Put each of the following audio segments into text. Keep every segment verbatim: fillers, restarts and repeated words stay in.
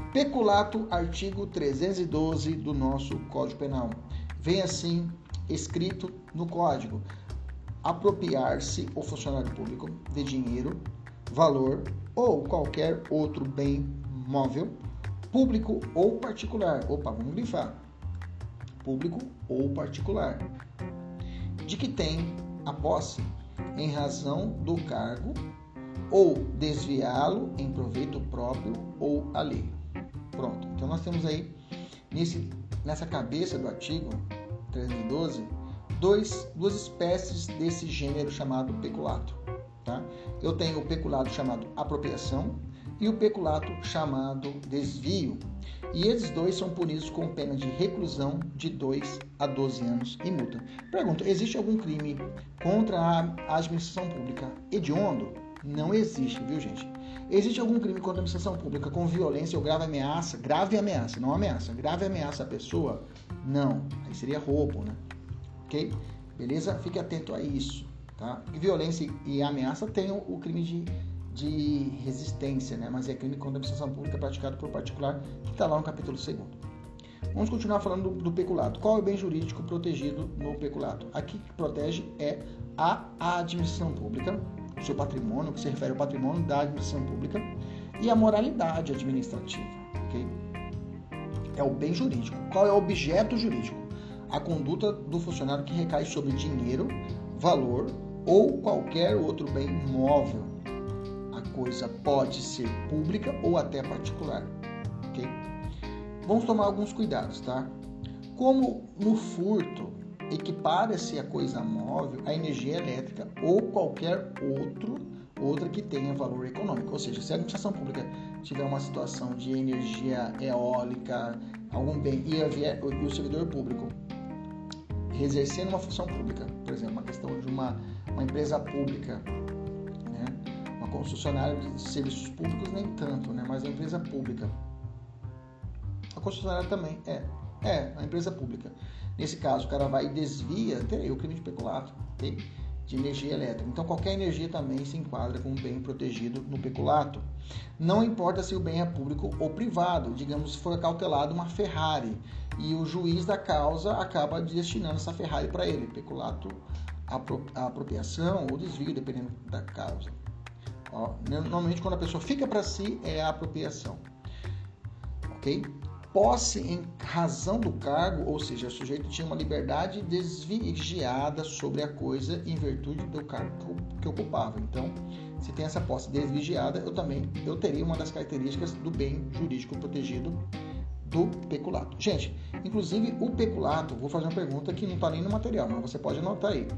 Peculato, artigo trezentos e doze do nosso Código Penal. Vem assim escrito no Código: apropriar-se o funcionário público de dinheiro, valor ou qualquer outro bem móvel, público ou particular. Opa, vamos grifar. Público ou particular. De que tem a posse em razão do cargo ou desviá-lo em proveito próprio ou alheio. Pronto. Então nós temos aí nesse, nessa cabeça do artigo trezentos e doze dois, duas espécies desse gênero chamado peculato. Tá? Eu tenho o peculato chamado apropriação e o peculato chamado desvio. E esses dois são punidos com pena de reclusão de dois a doze anos e multa. Pergunta: existe algum crime contra a administração pública hediondo? Não existe, viu, gente? Existe algum crime contra a administração pública com violência ou grave ameaça? Grave ameaça, não ameaça. Grave ameaça à pessoa? Não. Aí seria roubo, né? Ok? Beleza? Fique atento a isso, tá? Violência e ameaça tem o, o crime de, de resistência, né? Mas é crime contra a administração pública praticado por particular, que está lá no capítulo segundo. Vamos continuar falando do, do peculato. Qual é o bem jurídico protegido no peculato? Aqui que protege é a administração pública, o seu patrimônio, que se refere ao patrimônio da administração pública, e a moralidade administrativa, ok? É o bem jurídico. Qual é o objeto jurídico? A conduta do funcionário que recai sobre dinheiro, valor ou qualquer outro bem móvel. A coisa pode ser pública ou até particular, ok? Vamos tomar alguns cuidados, tá? Como no furto, equipara-se a coisa móvel à energia elétrica ou qualquer outro, outra que tenha valor econômico. Ou seja, se a administração pública tiver uma situação de energia eólica, algum bem, e, havia, e o servidor público exercendo uma função pública, por exemplo, uma questão de uma, uma empresa pública, né? Uma concessionária de serviços públicos nem tanto, né? Mas a empresa pública. A concessionária também é, é a empresa pública. Nesse caso, o cara vai e desvia, teria o crime de peculato, okay? De energia elétrica. Então, qualquer energia também se enquadra como bem protegido no peculato. Não importa se o bem é público ou privado. Digamos, se for cautelado uma Ferrari e o juiz da causa acaba destinando essa Ferrari para ele. Peculato, a apropriação ou desvio, dependendo da causa. Ó, normalmente, quando a pessoa fica para si, é a apropriação. Ok? Posse em razão do cargo, ou seja, o sujeito tinha uma liberdade desvigiada sobre a coisa em virtude do cargo que ocupava. Então, se tem essa posse desvigiada, eu também eu teria uma das características do bem jurídico protegido do peculato. Gente, inclusive o peculato, vou fazer uma pergunta que não está nem no material, mas você pode anotar aí.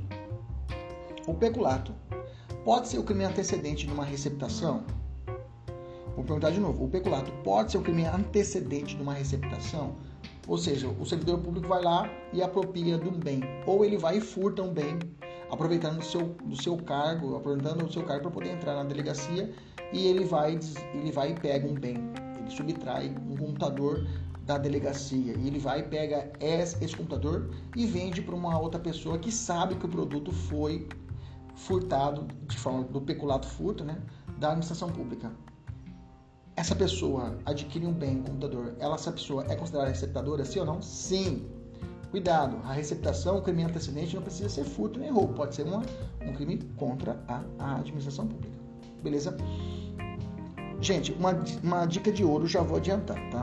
O peculato pode ser o crime antecedente de uma receptação? Vou perguntar de novo. O peculato pode ser o crime antecedente de uma receptação? Ou seja, o servidor público vai lá e apropria de um bem. Ou ele vai e furta um bem, aproveitando do seu, do seu cargo, aproveitando o seu cargo para poder entrar na delegacia, e ele vai, ele vai e pega um bem. Ele subtrai um computador da delegacia. E ele vai e pega esse, esse computador e vende para uma outra pessoa que sabe que o produto foi furtado de forma do peculato furto, né, da administração pública. Essa pessoa adquire um bem, um computador, ela, essa pessoa é considerada receptadora, sim ou não? Sim. Cuidado, a receptação, o crime antecedente não precisa ser furto nem roubo, pode ser uma, um crime contra a, a administração pública. Beleza? Gente, uma, uma dica de ouro já vou adiantar, tá?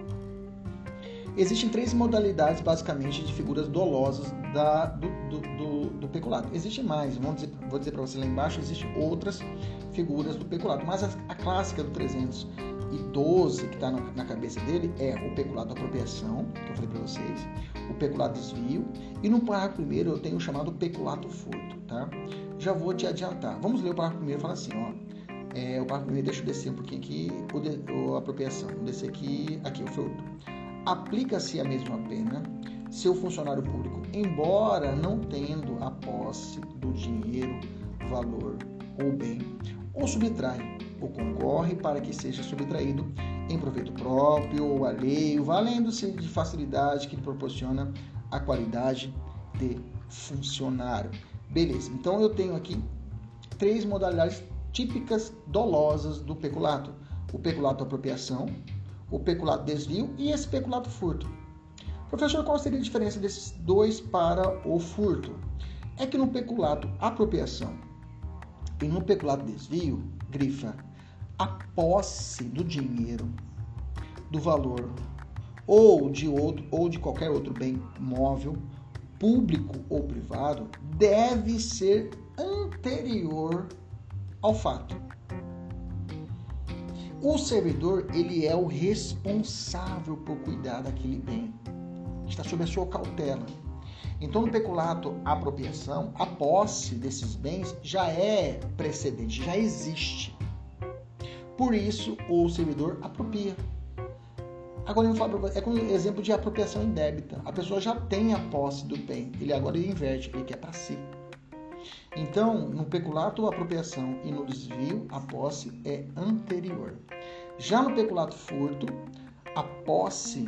Existem três modalidades, basicamente, de figuras dolosas da, do, do, do, do peculato. Existem mais, vou dizer, vou dizer para você lá embaixo, existem outras figuras do peculato, mas a, a clássica do trezentos e doze, que está na, na cabeça dele, é o peculato apropriação, que eu falei para vocês, o peculato desvio, e no parágrafo primeiro eu tenho o chamado peculato furto, tá? Já vou te adiantar. Vamos ler o parágrafo primeiro e fala assim, ó. É, o parágrafo primeiro, deixa eu descer um pouquinho aqui, o, de, o apropriação, vou descer aqui, aqui, o furto. Aplica-se a mesma pena se o funcionário público, embora não tendo a posse do dinheiro, valor ou bem, ou subtrai ou concorre para que seja subtraído em proveito próprio ou alheio, valendo-se de facilidade que lhe proporciona a qualidade de funcionário. Beleza, então eu tenho aqui três modalidades típicas dolosas do peculato. O peculato apropriação, o peculato desvio e esse peculato furto. Professor, qual seria a diferença desses dois para o furto? É que no peculato apropriação e no peculato desvio, grifa, a posse do dinheiro, do valor ou de outro ou de qualquer outro bem móvel, público ou privado, deve ser anterior ao fato. O servidor, ele é o responsável por cuidar daquele bem. Está sob a sua cautela. Então, no peculato apropriação, a posse desses bens já é precedente, já existe. Por isso, o servidor apropria. Agora, eu vou falar para você, é como exemplo de apropriação indébita. A pessoa já tem a posse do bem, ele agora ele inverte, ele quer para si. Então, no peculato apropriação e no desvio, a posse é anterior. Já no peculato furto, a posse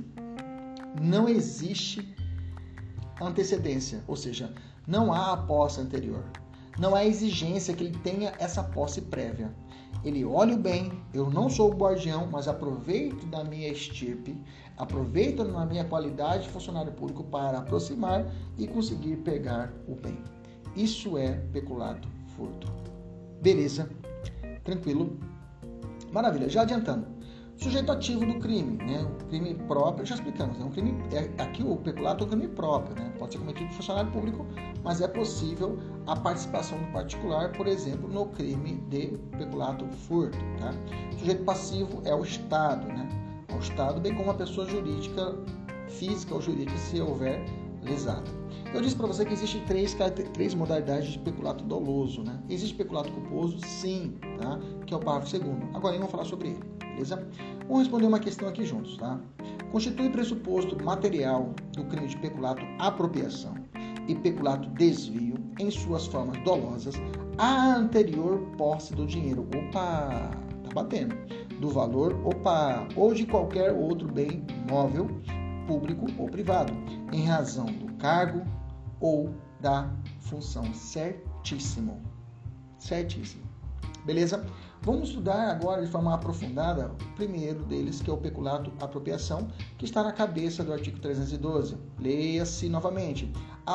não existe antecedência, ou seja, não há a posse anterior. Não há exigência que ele tenha essa posse prévia. Ele olha o bem, eu não sou o guardião, mas aproveito da minha estirpe, aproveito da minha qualidade de funcionário público para aproximar e conseguir pegar o bem. Isso é peculato furto. Beleza? Tranquilo? Maravilha. Já adiantando. Sujeito ativo do crime, né? O crime próprio, já explicamos, né? Um crime, é, aqui o peculato é um crime próprio, né? Pode ser cometido por funcionário público, mas é possível a participação do particular, por exemplo, no crime de peculato furto, tá? Sujeito passivo é o Estado, né? O Estado, bem como a pessoa jurídica, física ou jurídica, se houver lesada. Eu disse para você que existem três, três modalidades de peculato doloso, né? Existe peculato culposo, sim, tá? Que é o parágrafo segundo. Agora vamos falar sobre ele, beleza? Vamos responder uma questão aqui juntos, tá? Constitui pressuposto material do crime de peculato apropriação e peculato desvio em suas formas dolosas a anterior posse do dinheiro, opa, tá batendo, do valor, opa, ou de qualquer outro bem móvel, público ou privado, em razão do cargo ou da função. Certíssimo. Certíssimo. Beleza? Vamos estudar agora de forma aprofundada o primeiro deles, que é o peculato apropriação, que está na cabeça do artigo trezentos e doze. Leia-se novamente.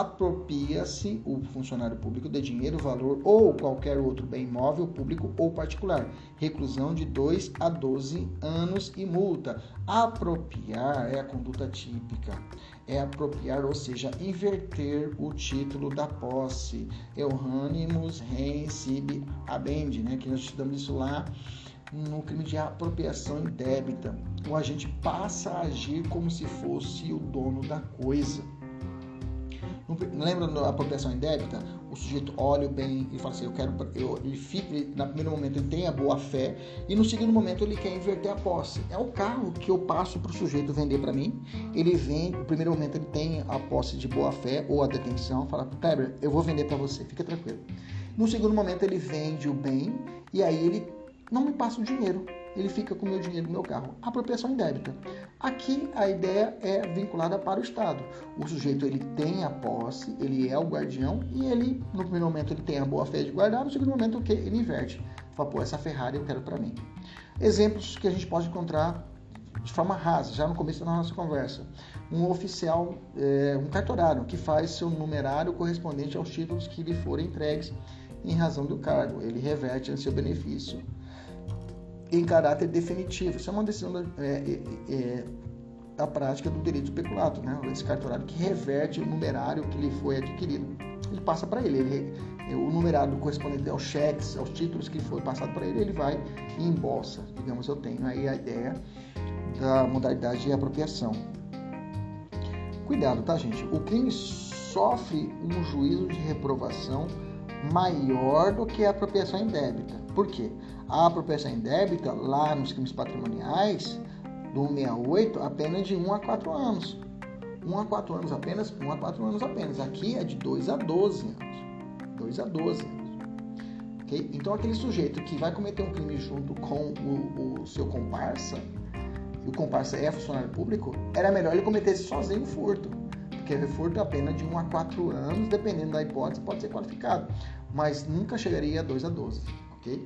Apropria-se o funcionário público de dinheiro, valor ou qualquer outro bem imóvel, público ou particular. Reclusão de dois a doze anos e multa. Apropriar é a conduta típica. É apropriar, ou seja, inverter o título da posse. Euronymous rem sibi habendi, né? Que nós estudamos isso lá no crime de apropriação indébita. O agente passa a agir como se fosse o dono da coisa. Lembra da apropriação indébita? O sujeito olha o bem e fala assim, eu quero, eu, ele fica, ele, no primeiro momento ele tem a boa fé e no segundo momento ele quer inverter a posse. É o carro que eu passo para o sujeito vender para mim, ele vem, no primeiro momento ele tem a posse de boa fé ou a detenção, fala, Kleber, eu vou vender para você, fica tranquilo. No segundo momento ele vende o bem e aí ele não me passa o dinheiro, ele fica com o meu dinheiro no meu carro. Apropriação indébita. Aqui a ideia é vinculada para o Estado. O sujeito ele tem a posse, ele é o guardião e ele, no primeiro momento, ele tem a boa fé de guardar, no segundo momento, o que? Ele inverte. Fala, pô, essa Ferrari eu quero para mim. Exemplos que a gente pode encontrar de forma rasa, já no começo da nossa conversa. Um oficial, é, um cartorário, que faz seu numerário correspondente aos títulos que lhe forem entregues em razão do cargo. Ele reverte em seu benefício em caráter definitivo. Isso é uma decisão da, é, é, é, da prática do direito de peculato, né? Esse cartorário que reverte o numerário que lhe foi adquirido. Ele passa para ele, ele o numerário correspondente aos cheques, aos títulos que foi passado para ele, ele vai e embolsa. Digamos, eu tenho aí a ideia da modalidade de apropriação. Cuidado, tá, gente? O crime sofre um juízo de reprovação maior do que a apropriação indébita. Por quê? A apropriação indébita, lá nos crimes patrimoniais, do cento e sessenta e oito, apenas de um a quatro anos. um a quatro anos apenas, um a quatro anos apenas. Aqui é de dois a doze anos. dois a doze anos. Okay? Então, aquele sujeito que vai cometer um crime junto com o, o seu comparsa, e o comparsa é funcionário público, era melhor ele cometesse sozinho o furto. Porque o furto é apenas de um a quatro anos, dependendo da hipótese, pode ser qualificado. Mas nunca chegaria a dois a doze. Ok?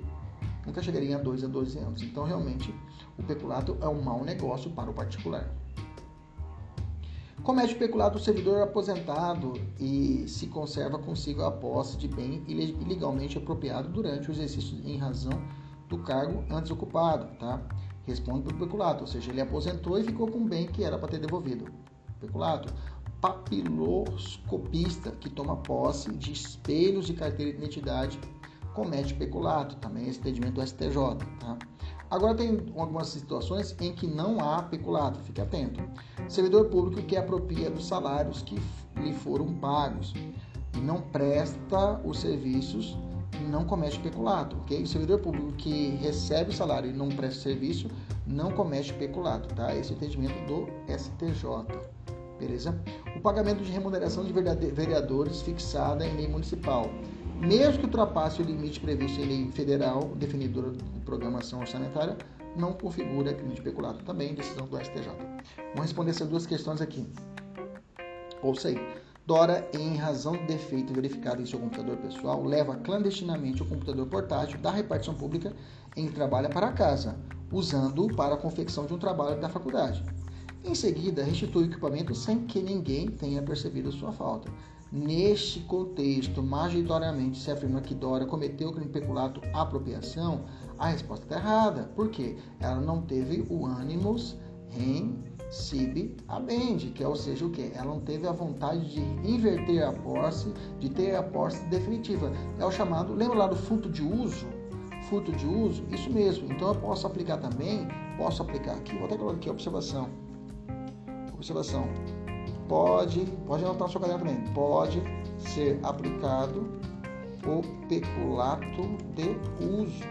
nunca chegaria a dois a doze anos. Então, realmente, o peculato é um mau negócio para o particular. Comete o peculato o servidor aposentado e se conserva consigo a posse de bem ilegalmente apropriado durante o exercício em razão do cargo antes ocupado, tá? Responde pelo peculato, ou seja, ele aposentou e ficou com um bem que era para ter devolvido. Peculato. Papiloscopista que toma posse de espelhos de carteira de identidade comete peculato, também esse entendimento do S T J, tá? Agora tem algumas situações em que não há peculato, fique atento. Servidor público que apropria dos salários que lhe foram pagos e não presta os serviços não comete peculato, ok? O servidor público que recebe o salário e não presta serviço não comete peculato, tá? Esse é o entendimento do S T J, beleza? O pagamento de remuneração de vereadores fixada em lei municipal, mesmo que ultrapasse o limite previsto em lei federal definidora de programação orçamentária, não configura crime de peculato, também decisão do S T J. Vamos responder essas duas questões aqui. Ouça aí. Dora, em razão do defeito verificado em seu computador pessoal, leva clandestinamente o computador portátil da repartição pública em que trabalha para casa, usando-o para a confecção de um trabalho da faculdade. Em seguida, restitui o equipamento sem que ninguém tenha percebido sua falta. Neste contexto, majoritariamente se afirma que Dora cometeu o crime de peculato apropriação. A resposta está errada. Por quê? Ela não teve o animus rem sibi habendi, que é, ou seja, o quê? Ela não teve a vontade de inverter a posse, de ter a posse definitiva. É o chamado, lembra lá do furto de uso? Furto de uso? Isso mesmo. Então eu posso aplicar também, posso aplicar aqui, vou até colocar aqui a observação. Observação. Pode, pode anotar na sua caderno também, pode ser aplicado o peculato de uso.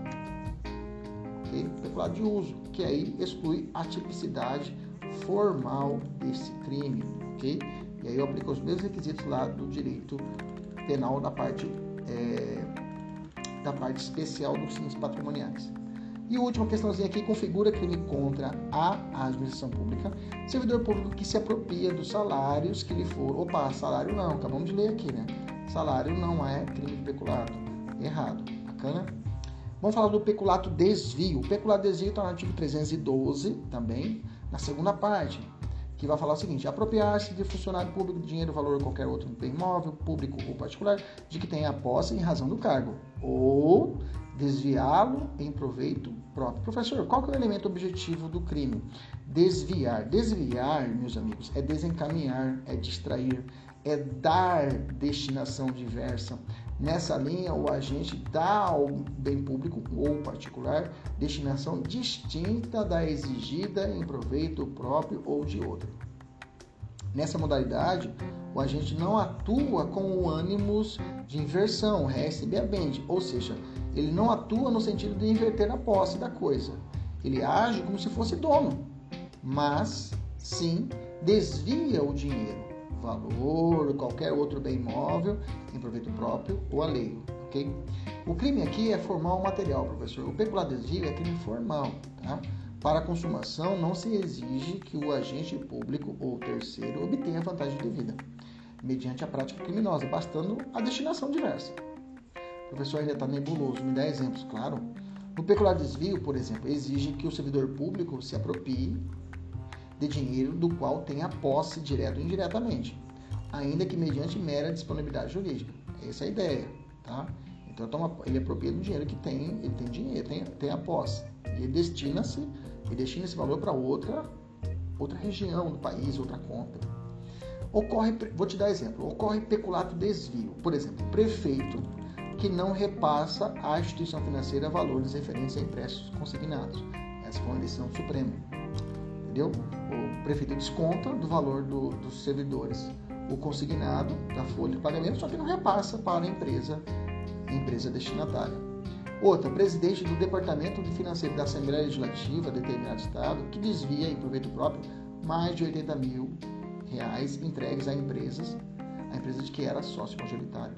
Okay? Peculato de uso, que aí exclui a tipicidade formal desse crime, ok? E aí eu aplico os mesmos requisitos lá do direito penal da parte, é, da parte especial dos crimes patrimoniais. E a última questãozinha aqui, configura crime contra a administração pública, servidor público que se apropria dos salários que lhe foram... Opa, salário não, acabamos de ler aqui, né? Salário não é crime de peculato. Errado. Bacana? Vamos falar do peculato desvio. O peculato desvio está no artigo trezentos e doze também, na segunda parte, que vai falar o seguinte: apropriar-se de funcionário público de dinheiro, valor ou qualquer outro bem imóvel, público ou particular, de que tenha a posse em razão do cargo, ou desviá-lo em proveito próprio. Professor, qual que é o elemento objetivo do crime? Desviar. Desviar, meus amigos, é desencaminhar, é distrair, é dar destinação diversa. Nessa linha, o agente dá ao bem público ou particular destinação distinta da exigida em proveito próprio ou de outro. Nessa modalidade, o agente não atua com o ânimos de inversão, recebe a bende, ou seja, ele não atua no sentido de inverter a posse da coisa. Ele age como se fosse dono, mas sim desvia o dinheiro, valor, qualquer outro bem imóvel em proveito próprio ou alheio, ok? O crime aqui é formal ou material, professor. O peculato desvio é crime formal, tá? Para a consumação, não se exige que o agente público ou terceiro obtenha vantagem devida, mediante a prática criminosa, bastando a destinação diversa. O professor ainda está nebuloso, me dá exemplos, claro. No peculato desvio, por exemplo, exige que o servidor público se aproprie de dinheiro do qual tenha posse direta ou indiretamente, ainda que mediante mera disponibilidade jurídica. Essa é a ideia, tá? Então ele apropria do dinheiro que tem, ele tem dinheiro, tem, tem a posse, e ele destina-se, ele destina esse valor para outra, outra região do país, outra conta. Ocorre, vou te dar exemplo, ocorre peculato desvio, por exemplo, prefeito que não repassa à instituição financeira valores referentes a empréstimos consignados. Essa foi uma decisão suprema. Entendeu? O prefeito desconta do valor do, dos servidores o consignado da folha de pagamento, só que não repassa para a empresa, a empresa destinatária. Outra, presidente do Departamento Financeiro da Assembleia Legislativa de determinado estado que desvia em proveito próprio mais de oitenta mil reais entregues a empresas, a empresa de que era sócio majoritário.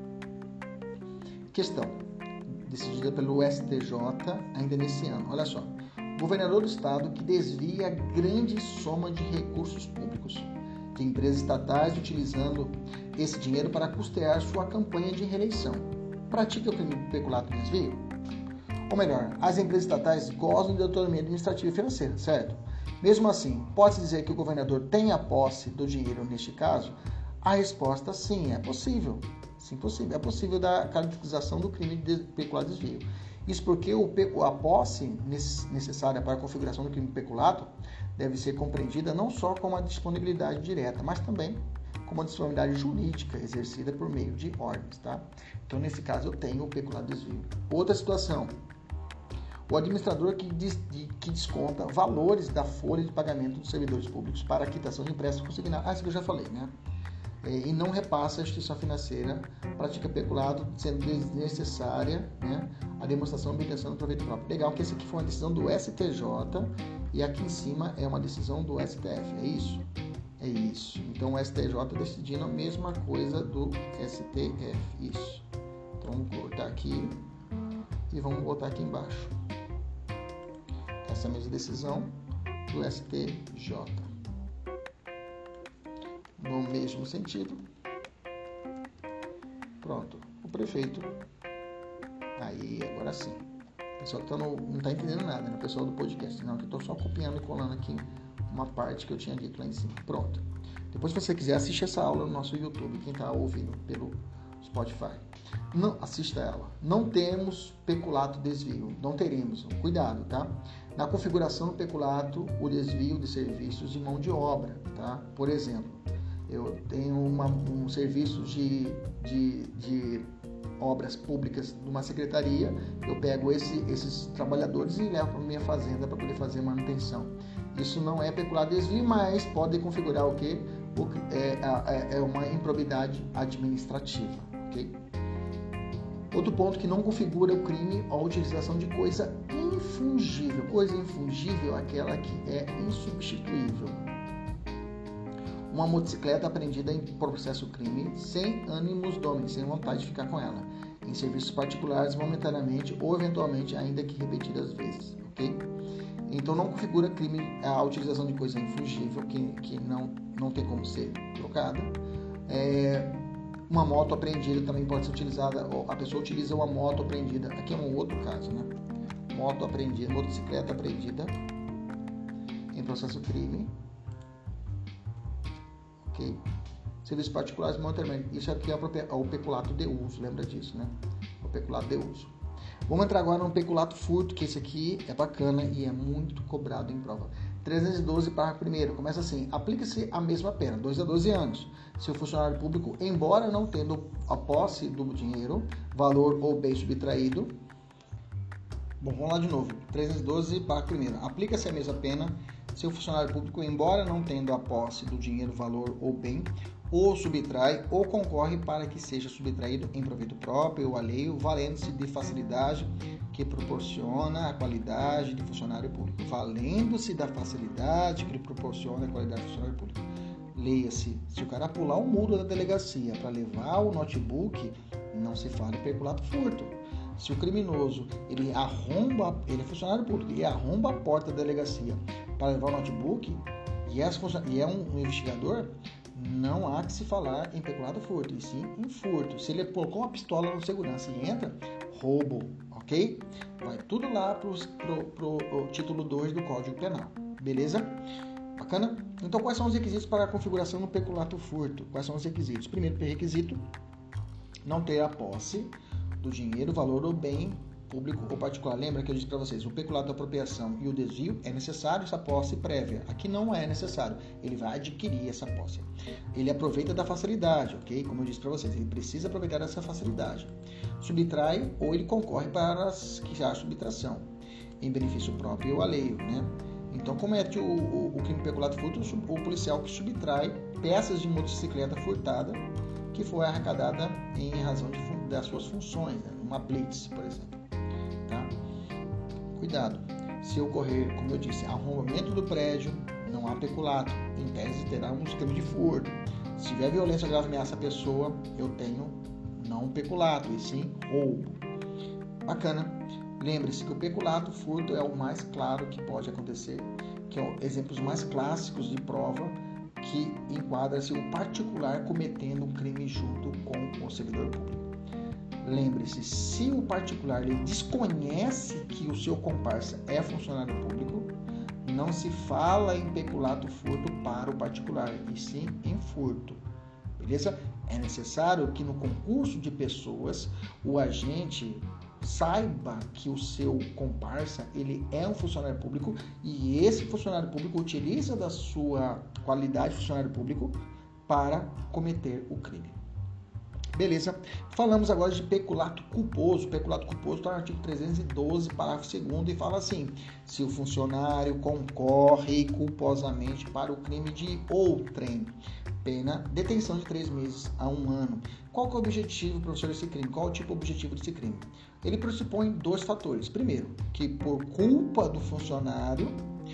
Questão, decidida pelo S T J ainda nesse ano. Olha só. Governador do estado que desvia grande soma de recursos públicos de empresas estatais utilizando esse dinheiro para custear sua campanha de reeleição. Pratica o crime de peculato desvio? Ou melhor, as empresas estatais gozam de autonomia administrativa e financeira, certo? Mesmo assim, pode-se dizer que o governador tem a posse do dinheiro neste caso? A resposta sim, é possível. Sim, possível. É possível da caracterização do crime de peculado desvio. Isso porque o, a posse necessária para a configuração do crime de peculato deve ser compreendida não só como a disponibilidade direta, mas também como a disponibilidade jurídica exercida por meio de ordens, tá? Então, nesse caso, eu tenho o peculado desvio. Outra situação, o administrador que, des, de, que desconta valores da folha de pagamento dos servidores públicos para a quitação de empréstimos consignados. Ah, isso que eu já falei, né? E não repassa a instituição financeira, pratica peculado, sendo desnecessária, né, a demonstração de obtenção do proveito próprio. Legal que esse aqui foi uma decisão do S T J e aqui em cima é uma decisão do S T F, é isso? É isso. Então o S T J decidindo a mesma coisa do S T F, isso. Então vamos cortar aqui e vamos botar aqui embaixo. Essa é a mesma decisão do S T J. No mesmo sentido, pronto, o prefeito, aí agora sim, o pessoal que tá no, não está entendendo nada, né? O pessoal do podcast, não, que eu estou só copiando e colando aqui uma parte que eu tinha dito lá em cima, pronto. Depois, se você quiser, assiste essa aula no nosso YouTube, quem está ouvindo pelo Spotify, não, assista ela. Não temos peculato desvio, não teremos, cuidado, tá? Na configuração do peculato, o desvio de serviços de mão de obra, tá? Por exemplo, eu tenho uma, um serviço de, de, de obras públicas numa secretaria, eu pego esse, esses trabalhadores e levo para minha fazenda para poder fazer manutenção. Isso não é peculado desvio, mas pode configurar o quê? O, é, é, é uma improbidade administrativa, ok? Outro ponto que não configura o crime a utilização de coisa infungível. Coisa infungível é aquela que é insubstituível. Uma motocicleta apreendida em processo crime sem ânimos domini, sem vontade de ficar com ela, em serviços particulares momentaneamente ou eventualmente ainda que repetidas vezes, ok? Então não configura crime a utilização de coisa infungível que, que não, não tem como ser trocada. É, uma moto apreendida também pode ser utilizada, a pessoa utiliza uma moto apreendida, aqui é um outro caso, né? Moto apreendida, motocicleta apreendida em processo crime. Ok? Serviços particulares momentaneamente. Isso aqui é o peculato de uso, lembra disso, né? O peculato de uso. Vamos entrar agora no peculato furto, que esse aqui é bacana e é muito cobrado em prova. trezentos e doze, parágrafo primeiro, começa assim: aplica-se a mesma pena, dois a doze anos, se o funcionário público, embora não tendo a posse do dinheiro, valor ou bem subtraído. Bom, vamos lá de novo. trezentos e doze, parágrafo primeiro, aplica-se a mesma pena se o funcionário público, embora não tendo a posse do dinheiro, valor ou bem, ou subtrai ou concorre para que seja subtraído em proveito próprio ou alheio, valendo-se de facilidade que proporciona a qualidade de funcionário público. Valendo-se da facilidade que proporciona a qualidade de funcionário público. Leia-se, se o cara pular o muro da delegacia para levar o notebook, não se fala em peculato furto. Se o criminoso, ele arromba, ele é funcionário público, ele arromba a porta da delegacia para levar o notebook e é, e é um, um investigador, não há que se falar em peculato furto, e sim em furto. Se ele colocou uma pistola no segurança e entra, roubo, ok? Vai tudo lá para o título dois do Código Penal, beleza? Bacana? Então, quais são os requisitos para a configuração do peculato furto? Quais são os requisitos? Primeiro requisito, não ter a posse do dinheiro, valor ou bem público ou particular. Lembra que eu disse para vocês, o peculato da apropriação e o desvio é necessário essa posse prévia. Aqui não é necessário, ele vai adquirir essa posse. Ele aproveita da facilidade, ok? Como eu disse para vocês, ele precisa aproveitar dessa facilidade. Subtrai ou ele concorre para que já a subtração, em benefício próprio ou alheio, né? Então, comete o, o, o crime de peculato furto o policial que subtrai peças de motocicleta furtada que foi arrecadada em razão de, das suas funções, né? Uma blitz, por exemplo. Tá? Cuidado, se ocorrer, como eu disse, arrombamento do prédio, não há peculato, em tese terá um esquema de furto. Se tiver violência grave ameaça a pessoa, eu tenho não peculato, e sim roubo. Bacana. Lembre-se que o peculato, furto, é o mais claro que pode acontecer, que é o exemplos mais clássicos de prova que enquadra-se o particular cometendo um crime junto com o servidor público. Lembre-se, se o particular ele desconhece que o seu comparsa é funcionário público, não se fala em peculato furto para o particular, e sim em furto. Beleza? É necessário que no concurso de pessoas o agente saiba que o seu comparsa ele é um funcionário público e esse funcionário público utiliza da sua qualidade de funcionário público para cometer o crime. Beleza? Falamos agora de peculato culposo. O peculato culposo está no artigo trezentos e doze, parágrafo segundo, e fala assim: se o funcionário concorre culposamente para o crime de outrem, pena detenção de três meses a um ano. Qual que é o objetivo, professor, desse crime? Qual é o tipo objetivo desse crime? Ele pressupõe dois fatores. Primeiro, que por culpa do funcionário,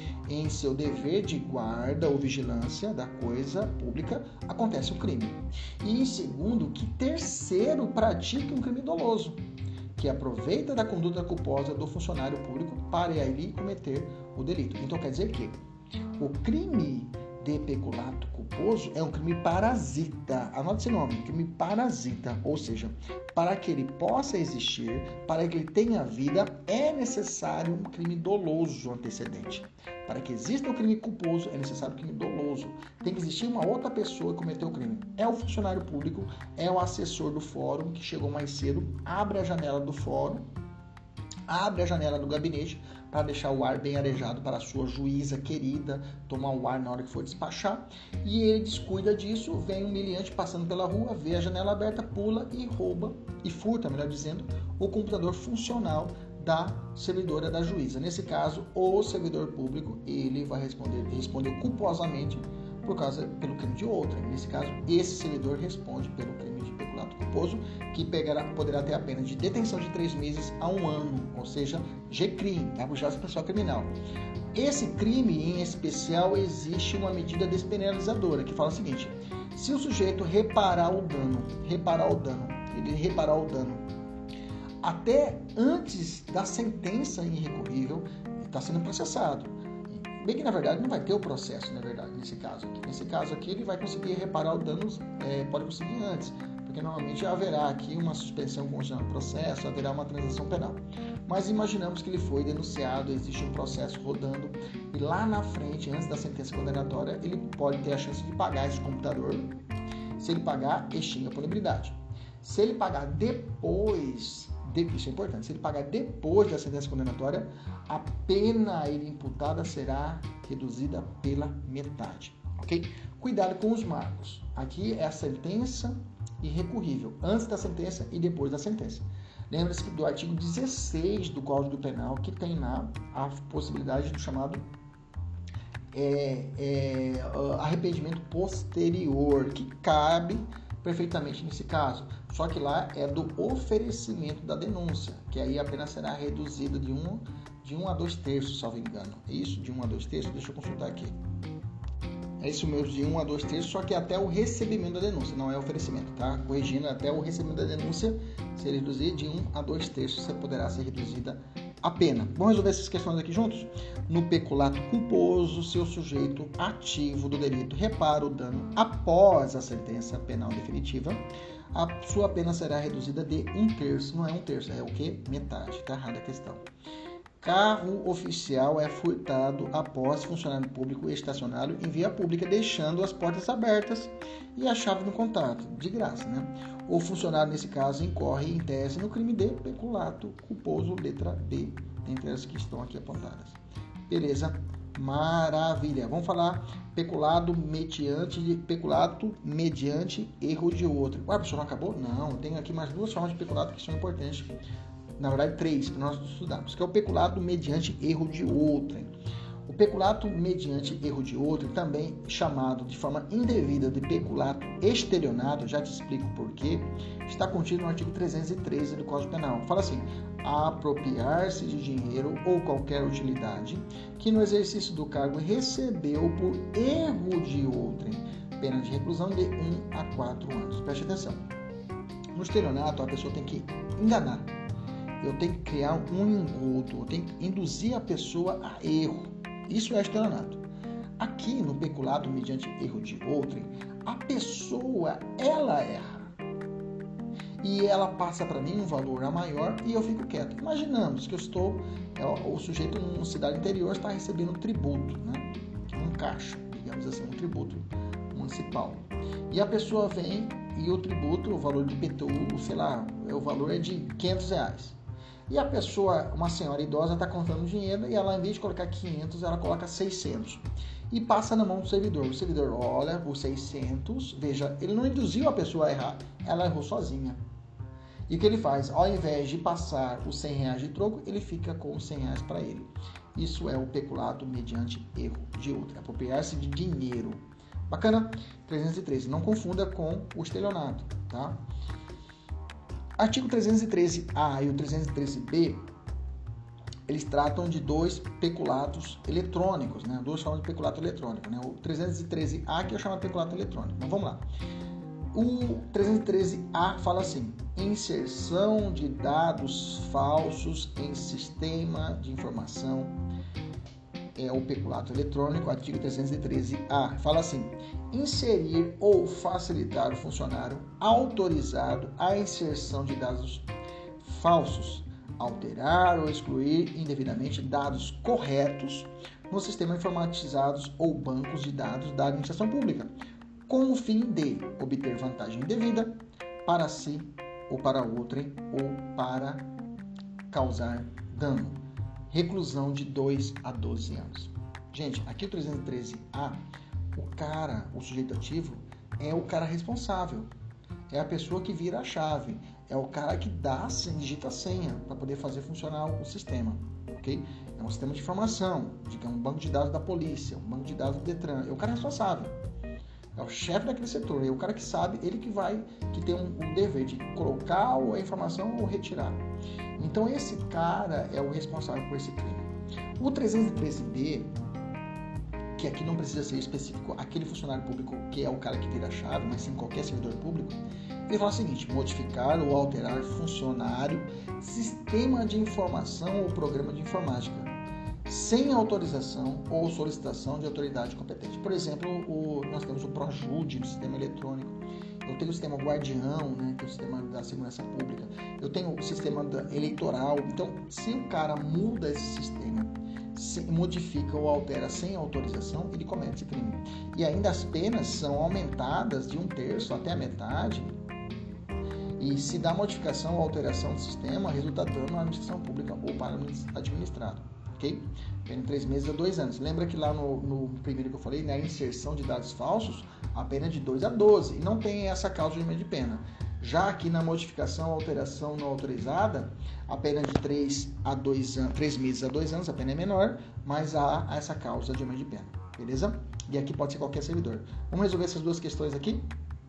em seu dever de guarda ou vigilância da coisa pública, acontece o crime. E segundo, que terceiro pratique um crime doloso, que aproveita da conduta culposa do funcionário público para ele cometer o delito. Então quer dizer que o crime de peculato culposo é um crime parasita. Anote esse nome, crime parasita, ou seja, para que ele possa existir, para que ele tenha vida, é necessário um crime doloso antecedente. Para que exista o crime culposo, é necessário um crime doloso. Tem que existir uma outra pessoa que cometeu o crime. É o funcionário público, é o assessor do fórum que chegou mais cedo, abre a janela do fórum, abre a janela do gabinete para deixar o ar bem arejado para a sua juíza querida tomar o ar na hora que for despachar, e ele descuida disso, vem um meliante passando pela rua, vê a janela aberta, pula e rouba, e furta, melhor dizendo, o computador funcional da servidora da juíza. Nesse caso, o servidor público, ele vai responder, responder culposamente por causa, pelo crime de outrem. Nesse caso, esse servidor responde pelo crime de peculato culposo, que pegará, poderá ter a pena de detenção de três meses a um ano, ou seja, G crime, abuso pessoal criminal. Esse crime, em especial, existe uma medida despenalizadora, que fala o seguinte: se o sujeito reparar o dano, reparar o dano, ele reparar o dano, até antes da sentença irrecorrível, ele está sendo processado. Bem que, na verdade, não vai ter o processo, na verdade, nesse caso aqui. Nesse caso aqui, ele vai conseguir reparar o dano, é, pode conseguir antes, porque normalmente haverá aqui uma suspensão condicional do processo, haverá uma transação penal. Mas imaginamos que ele foi denunciado, existe um processo rodando, e lá na frente, antes da sentença condenatória, ele pode ter a chance de pagar esse computador. Se ele pagar, extingue a punibilidade. Se ele pagar depois... Isso é importante. Se ele pagar depois da sentença condenatória, a pena a ele imputada será reduzida pela metade, ok? Cuidado com os marcos. Aqui é a sentença irrecorrível, antes da sentença e depois da sentença. Lembre-se do artigo dezesseis do Código Penal, que tem lá a possibilidade do chamado é, é, arrependimento posterior, que cabe perfeitamente nesse caso, só que lá é do oferecimento da denúncia, que aí a pena será reduzida de um, de um a dois terços, salvo engano. É isso? De um a dois terços? Deixa eu consultar aqui. É isso mesmo, de um a dois terços, só que até o recebimento da denúncia, não é oferecimento, tá? Corrigindo, até o recebimento da denúncia, se reduzir de um a dois terços, você poderá ser reduzida a pena. Vamos resolver essas questões aqui juntos? No peculato culposo, seu sujeito ativo do delito repara o dano após a sentença penal definitiva, a sua pena será reduzida de um terço. Não é um terço, é o quê? Metade. Está errada a questão. Carro oficial é furtado após funcionário público estacionado em via pública, deixando as portas abertas e a chave no contato, de graça, né? O funcionário, nesse caso, incorre em tese no crime de peculato culposo, letra B, entre as que estão aqui apontadas. Beleza? Maravilha. Vamos falar peculado mediante, peculato mediante erro de outro. Ué, professor, não acabou? Não, tem aqui mais duas formas de peculato que são importantes. Na verdade, três, para nós estudarmos, que é o peculato mediante erro de outrem. O peculato mediante erro de outrem, também chamado de forma indevida de peculato estelionato, já te explico por quê, está contido no artigo trezentos e treze do Código Penal. Fala assim: apropriar-se de dinheiro ou qualquer utilidade que no exercício do cargo recebeu por erro de outrem, pena de reclusão de um a quatro anos. Preste atenção. No estelionato, a pessoa tem que enganar. Eu tenho que criar um engodo, eu tenho que induzir a pessoa a erro. Isso é estelionato. Aqui no peculato mediante erro de outrem, a pessoa, ela erra. e ela passa para mim um valor a maior e eu fico quieto. Imaginamos que eu estou, o, o sujeito numa cidade interior está recebendo tributo, né? Um caixa, digamos assim, um tributo municipal. E a pessoa vem e o tributo, o valor de I P T U, sei lá, o valor é de quinhentos reais. E a pessoa, uma senhora idosa, está contando dinheiro e ela, em vez de colocar quinhentos, ela coloca seiscentos. E passa na mão do servidor. O servidor olha os seiscentos, veja, ele não induziu a pessoa a errar, ela errou sozinha. E o que ele faz? Ao invés de passar os cem reais de troco, ele fica com os cem reais para ele. Isso é o peculato mediante erro de outro, apropriar-se de dinheiro. Bacana? trezentos e treze. Não confunda com o estelionato, tá? Artigo trezentos e treze A e o trezentos e treze B, eles tratam de dois peculatos eletrônicos, né? Duas formas de peculato eletrônico, né? O trezentos e treze A que é chamado peculato eletrônico. Então vamos lá. O trezentos e treze A fala assim: inserção de dados falsos em sistema de informação é o peculato eletrônico. Artigo trezentos e treze A fala assim: inserir ou facilitar o funcionário autorizado a inserção de dados falsos, alterar ou excluir indevidamente dados corretos nos sistemas informatizados ou bancos de dados da administração pública, com o fim de obter vantagem indevida para si ou para outrem ou para causar dano. Reclusão de dois a doze anos. Gente, aqui o trezentos e treze A, o cara, o sujeito ativo, é o cara responsável. É a pessoa que vira a chave. É o cara que dá, digita a senha para poder fazer funcionar o sistema. Ok? É um sistema de informação, digamos, um banco de dados da polícia, um banco de dados do Detran. É o cara responsável. É o chefe daquele setor. É o cara que sabe, ele que vai, que tem um, um dever de colocar a informação ou retirar. Então, esse cara é o responsável por esse crime. O trezentos e treze B, que aqui não precisa ser específico aquele funcionário público que é o cara que vira a chave, mas sim qualquer servidor público, ele fala o seguinte: modificar ou alterar funcionário, sistema de informação ou programa de informática, sem autorização ou solicitação de autoridade competente. Por exemplo, o, nós temos o ProJude no sistema eletrônico. Eu tenho o sistema Guardião, né, que é o sistema da segurança pública. Eu tenho o sistema eleitoral. Então, se o cara muda esse sistema, se modifica ou altera sem autorização, ele comete esse crime. E ainda as penas são aumentadas de um terço até a metade. E se dá modificação ou alteração do sistema, resulta dano à administração pública ou para o administrado. Ok? Pena de três meses a dois anos. Lembra que lá no, no primeiro que eu falei, na né, inserção de dados falsos, a pena é de dois a doze. E não tem essa causa de aumento de pena. Já aqui na modificação ou alteração não autorizada, a pena de três a dois anos, três meses a dois anos, a pena é menor, mas há essa causa de aumento de pena. Beleza? E aqui pode ser qualquer servidor. Vamos resolver essas duas questões aqui?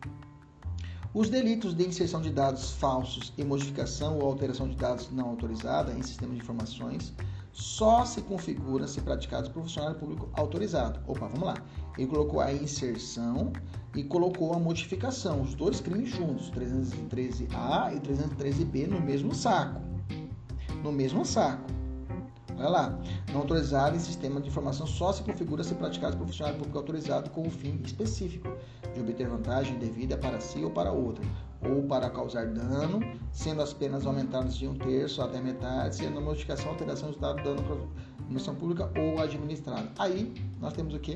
Os delitos de inserção de dados falsos e modificação ou alteração de dados não autorizados em sistemas de informações só se configuram se praticados por funcionário público autorizado. Opa, vamos lá. Ele colocou a inserção e colocou a modificação, os dois crimes juntos, trezentos e treze A e trezentos e treze B no mesmo saco. No mesmo saco. Olha lá. Não autorizado em sistema de informação só se configura se praticados por funcionário público autorizado com o fim específico de obter vantagem indevida para si ou para outro, ou para causar dano, sendo as penas aumentadas de um terço até metade, sendo a modificação, alteração, resultado, dano para a administração pública ou administrada. Aí, nós temos o quê?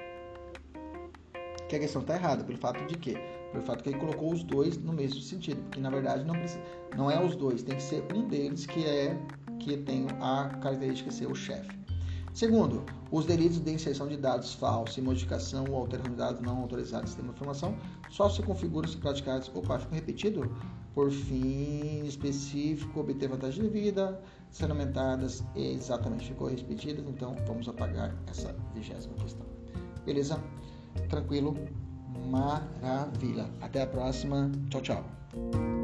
Que a questão está errada, pelo fato de quê? Pelo fato que ele colocou os dois no mesmo sentido, porque na verdade não, precisa, não é os dois, tem que ser um deles que, é, que tem a característica de ser o chefe. Segundo, os delitos de inserção de dados falsos e modificação ou alteração de dados não autorizados no sistema de informação só se configuram se praticados, opa, ficou repetido, por fim específico, obter vantagem de vida, sendo aumentadas, exatamente, ficou repetidas, então vamos apagar essa vigésima questão. Beleza? Tranquilo? Maravilha. Até a próxima. Tchau, tchau.